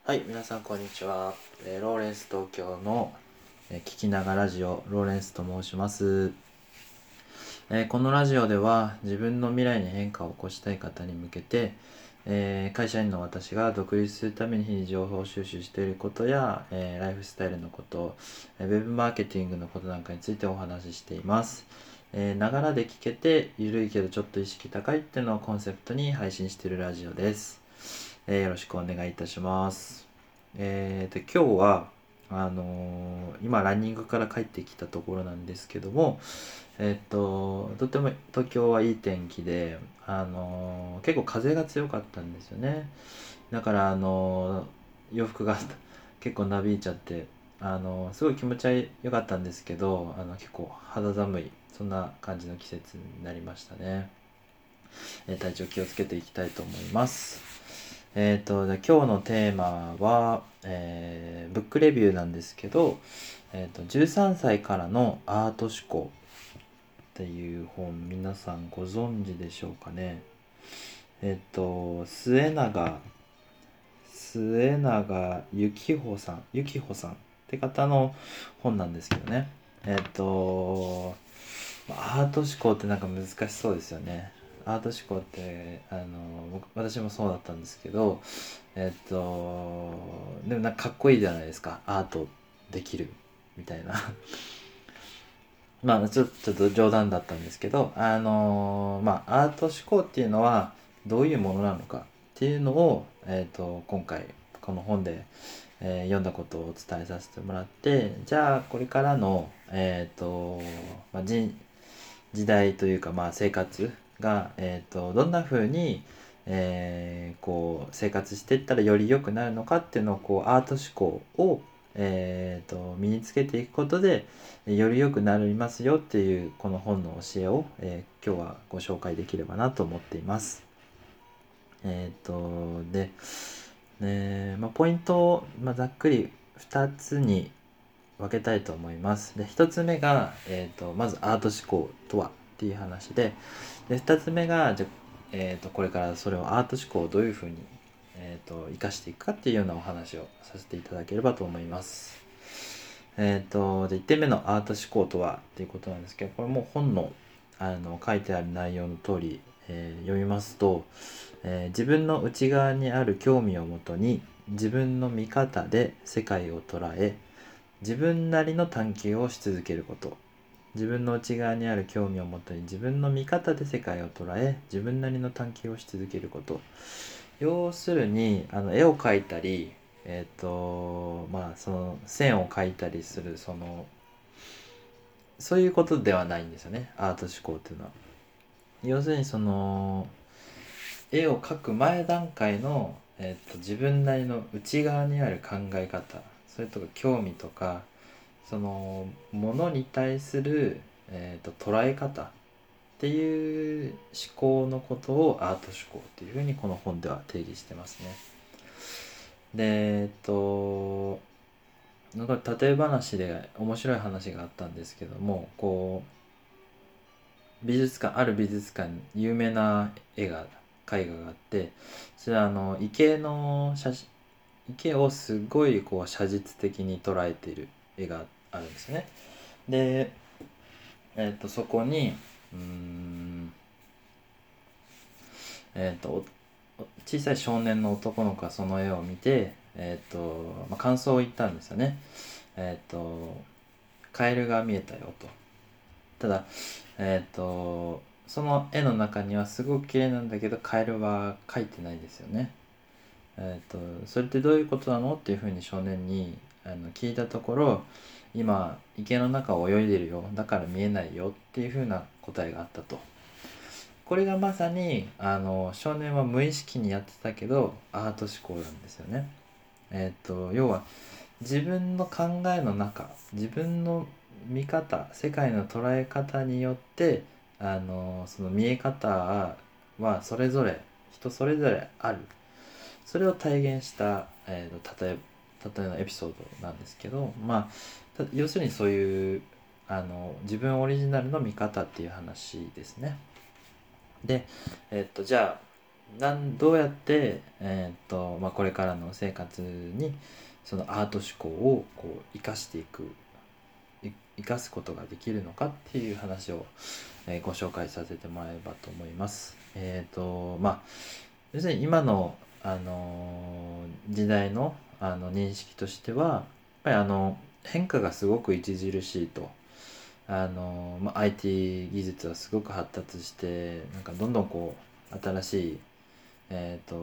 はい、皆さんこんにちは。ローレンス東京の、聞きながラジオ、ローレンスと申します。このラジオでは自分の未来に変化を起こしたい方に向けて、会社員の私が独立するために日々情報収集していることや、ライフスタイルのこと、ウェブマーケティングのことなんかについてお話ししています。ながらで聞けて、ゆるいけどちょっと意識高いっていうのをコンセプトに配信しているラジオです。よろしくお願いいたします。今日は、今ランニングから帰ってきたところなんですけども、とても東京はいい天気で、結構風が強かったんですよね。だから、洋服が結構なびいちゃって、すごい気持ちよかったんですけど、結構肌寒い、そんな感じの季節になりましたね。体調気をつけていきたいと思います。で今日のテーマは、ブックレビューなんですけど、13歳からのアート思考っていう本、皆さんご存知でしょうかね。末永ゆきほさんって方の本なんですけどね。アート思考ってなんか難しそうですよね。アート思考って私もそうだったんですけど、でもなんかかっこいいじゃないですか。アートできるみたいな。まあちょっと冗談だったんですけど、アート思考っていうのはどういうものなのかっていうのを、今回この本で、読んだことをお伝えさせてもらって、じゃあこれからの、まあ、時代というか、まあ、生活が、どんな風に、こう生活していったらより良くなるのかっていうのをこうアート思考を、身につけていくことでより良くなりますよっていうこの本の教えを、今日はご紹介できればなと思っています。で、ポイントを、ざっくり2つに分けたいと思います。で、1つ目が、まずアート思考とはっていう話で、2つ目が、じゃ、これからそれをアート思考をどういうふうに、活かしていくかっていうようなお話をさせていただければと思います。で、1点目のアート思考とはっていうことなんですけど、これもう本の、書いてある内容の通り、読みますと、自分の内側にある興味をもとに自分の見方で世界を捉え、自分なりの探求をし続けること。自分の内側にある興味をもとに自分の見方で世界を捉え、自分なりの探求をし続けること。要するに、絵を描いたり、その線を描いたりする、そういうことではないんですよね、アート思考っていうのは。要するに、絵を描く前段階の、自分なりの内側にある考え方、それとか興味とか、そのものに対する、捉え方っていう思考のことをアート思考っていうふうにこの本では定義してますね。で、なんか例え話で面白い話があったんですけども、こうある美術館に有名な絵画があって、それは池をすごいこう写実的に捉えている絵があるんですね。で、そこにうーん小さい少年の男の子がその絵を見て、感想を言ったんですよね。カエルが見えたよと。ただ、その絵の中にはすごく綺麗なんだけどカエルは描いてないですよね。それってどういうことなのっていうふうに少年に聞いたところ、今池の中を泳いでるよ、だから見えないよっていうふうな答えがあったと。これがまさに少年は無意識にやってたけどアート思考なんですよね。要は自分の考えの中、自分の見方、世界の捉え方によってその見え方は人それぞれある。それを体現した、例えのエピソードなんですけど、要するにそういう自分オリジナルの見方っていう話ですね。で、じゃあどうやって、これからの生活にそのアート思考をこう生かしていく生かすことができるのかっていう話を、ご紹介させてもらえればと思います。要するに今の、時代の、認識としてはやっぱり変化がすごく著しいと。IT 技術はすごく発達してなんかどんどんこう新しいえっ、と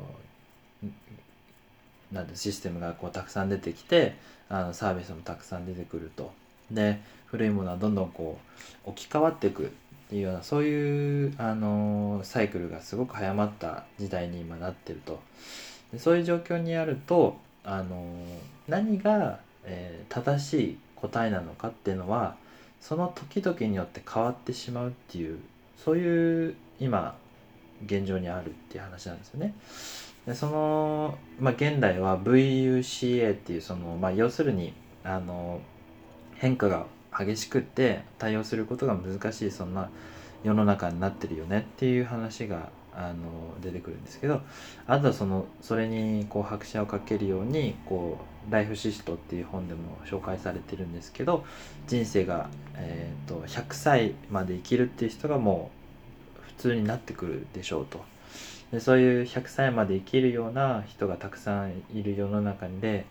なんでシステムがこうたくさん出てきてサービスもたくさん出てくると。で古いものはどんどんこう置き換わっていくっていうようなそういうサイクルがすごく早まった時代に今なってると。でそういう状況にあると何が、正しい答えなのかっていうのはその時々によって変わってしまうっていうそういう今現状にあるっていう話なんですよね。で現代は VUCA っていう要するにあの変化が激しくって対応することが難しいそんな世の中になってるよねっていう話が出てくるんですけど、あとはそれにこう拍車をかけるようにこうライフシストっていう本でも紹介されてるんですけど、人生が、100歳まで生きるっていう人がもう普通になってくるでしょうと。でそういう100歳まで生きるような人がたくさんいる世の中で、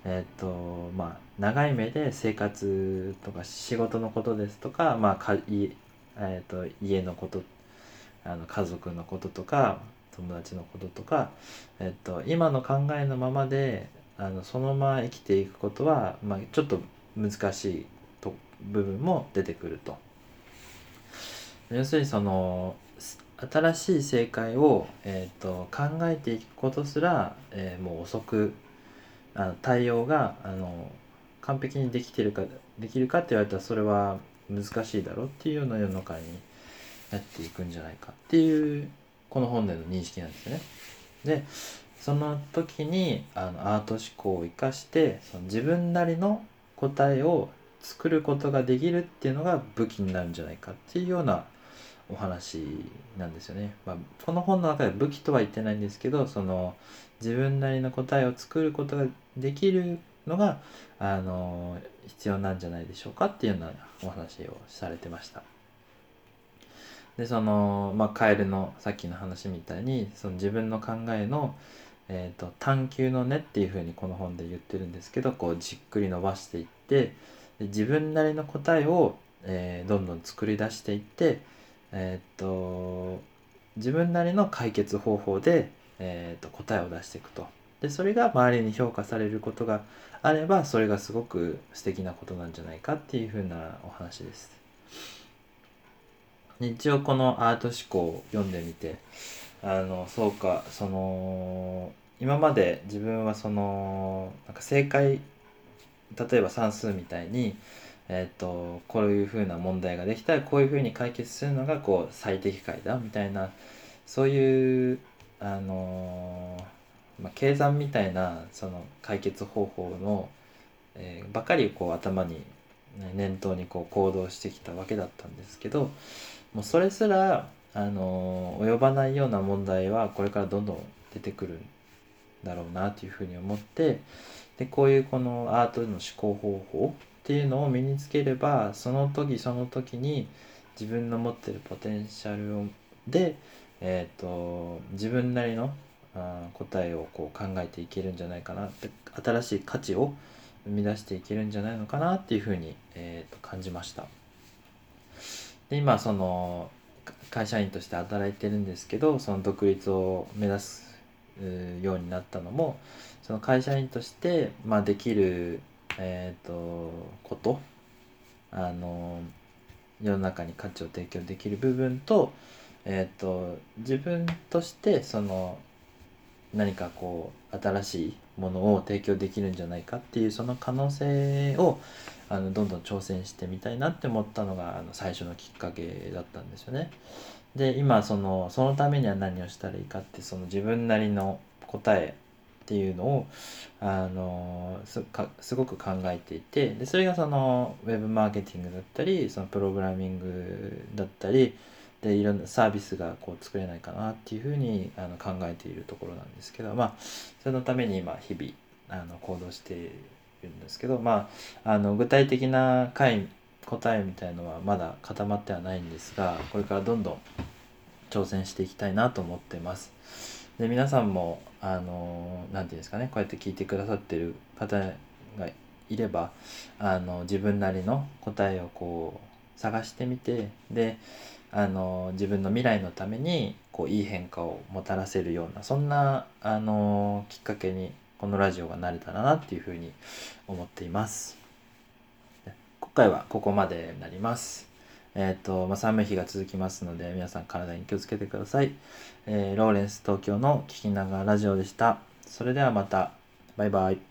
長い目で生活とか仕事のことですとか、家のこと家族のこととか友達のこととか、今の考えのままでそのまま生きていくことは、ちょっと難しい部分も出てくると。要するに新しい正解を、考えていくことすら、もう遅く対応が完璧にできるかって言われたらそれは難しいだろうっていうような世の中になっていくんじゃないかっていうこの本での認識なんですよね。でその時にアート思考を生かしてその自分なりの答えを作ることができるっていうのが武器になるんじゃないかっていうようなお話なんですよね。この本の中で武器とは言ってないんですけど自分なりの答えを作ることができるのが必要なんじゃないでしょうかっていうようなお話をされてました。でカエルのさっきの話みたいに自分の考えの、探求の根っていうふうにこの本で言ってるんですけどこうじっくり伸ばしていってで自分なりの答えを、どんどん作り出していって、自分なりの解決方法で、答えを出していくと。でそれが周りに評価されることがあればそれがすごく素敵なことなんじゃないかっていうふうなお話です。一応このアート思考を読んでみてそうか今まで自分はなんか正解例えば算数みたいにこういうふうな問題ができたらこういうふうに解決するのがこう最適解だみたいなそういう計算みたいな解決方法の、ばかりこう頭に念頭にこう行動してきたわけだったんですけどもうそれすら及ばないような問題はこれからどんどん出てくるんだろうなというふうに思ってでこういうこのアートの思考方法っていうのを身につければその時その時に自分の持ってるポテンシャルで、自分なりの答えをこう考えていけるんじゃないかなって新しい価値を生み出していけるんじゃないのかなっていうふうに、感じました。で今会社員として働いてるんですけどその独立を目指すようになったのもその会社員として、できる、ことあの世の中に価値を提供できる部分と、自分として何かこう新しいものを提供できるんじゃないかっていうその可能性をどんどん挑戦してみたいなって思ったのが最初のきっかけだったんですよね。で今そのためには何をしたらいいかって自分なりの答えっていうのをすごく考えていてでそれがウェブマーケティングだったりプログラミングだったりでいろんなサービスが作れないかなっていうふうに考えているところなんですけど、そのために今日々行動しているんですけど、具体的な答えみたいのはまだ固まってはないんですが、これからどんどん挑戦していきたいなと思ってます。で皆さんもなんていうんですかね、こうやって聞いてくださってる方がいれば自分なりの答えを探してみて、で自分の未来のためにいい変化をもたらせるような、そんなきっかけにこのラジオがなれたらなっていうふうに思っています。今回はここまでになります。寒い日が続きますので皆さん体に気をつけてください。ローレンス東京の聞きながらラジオでした。それではまた。バイバイ。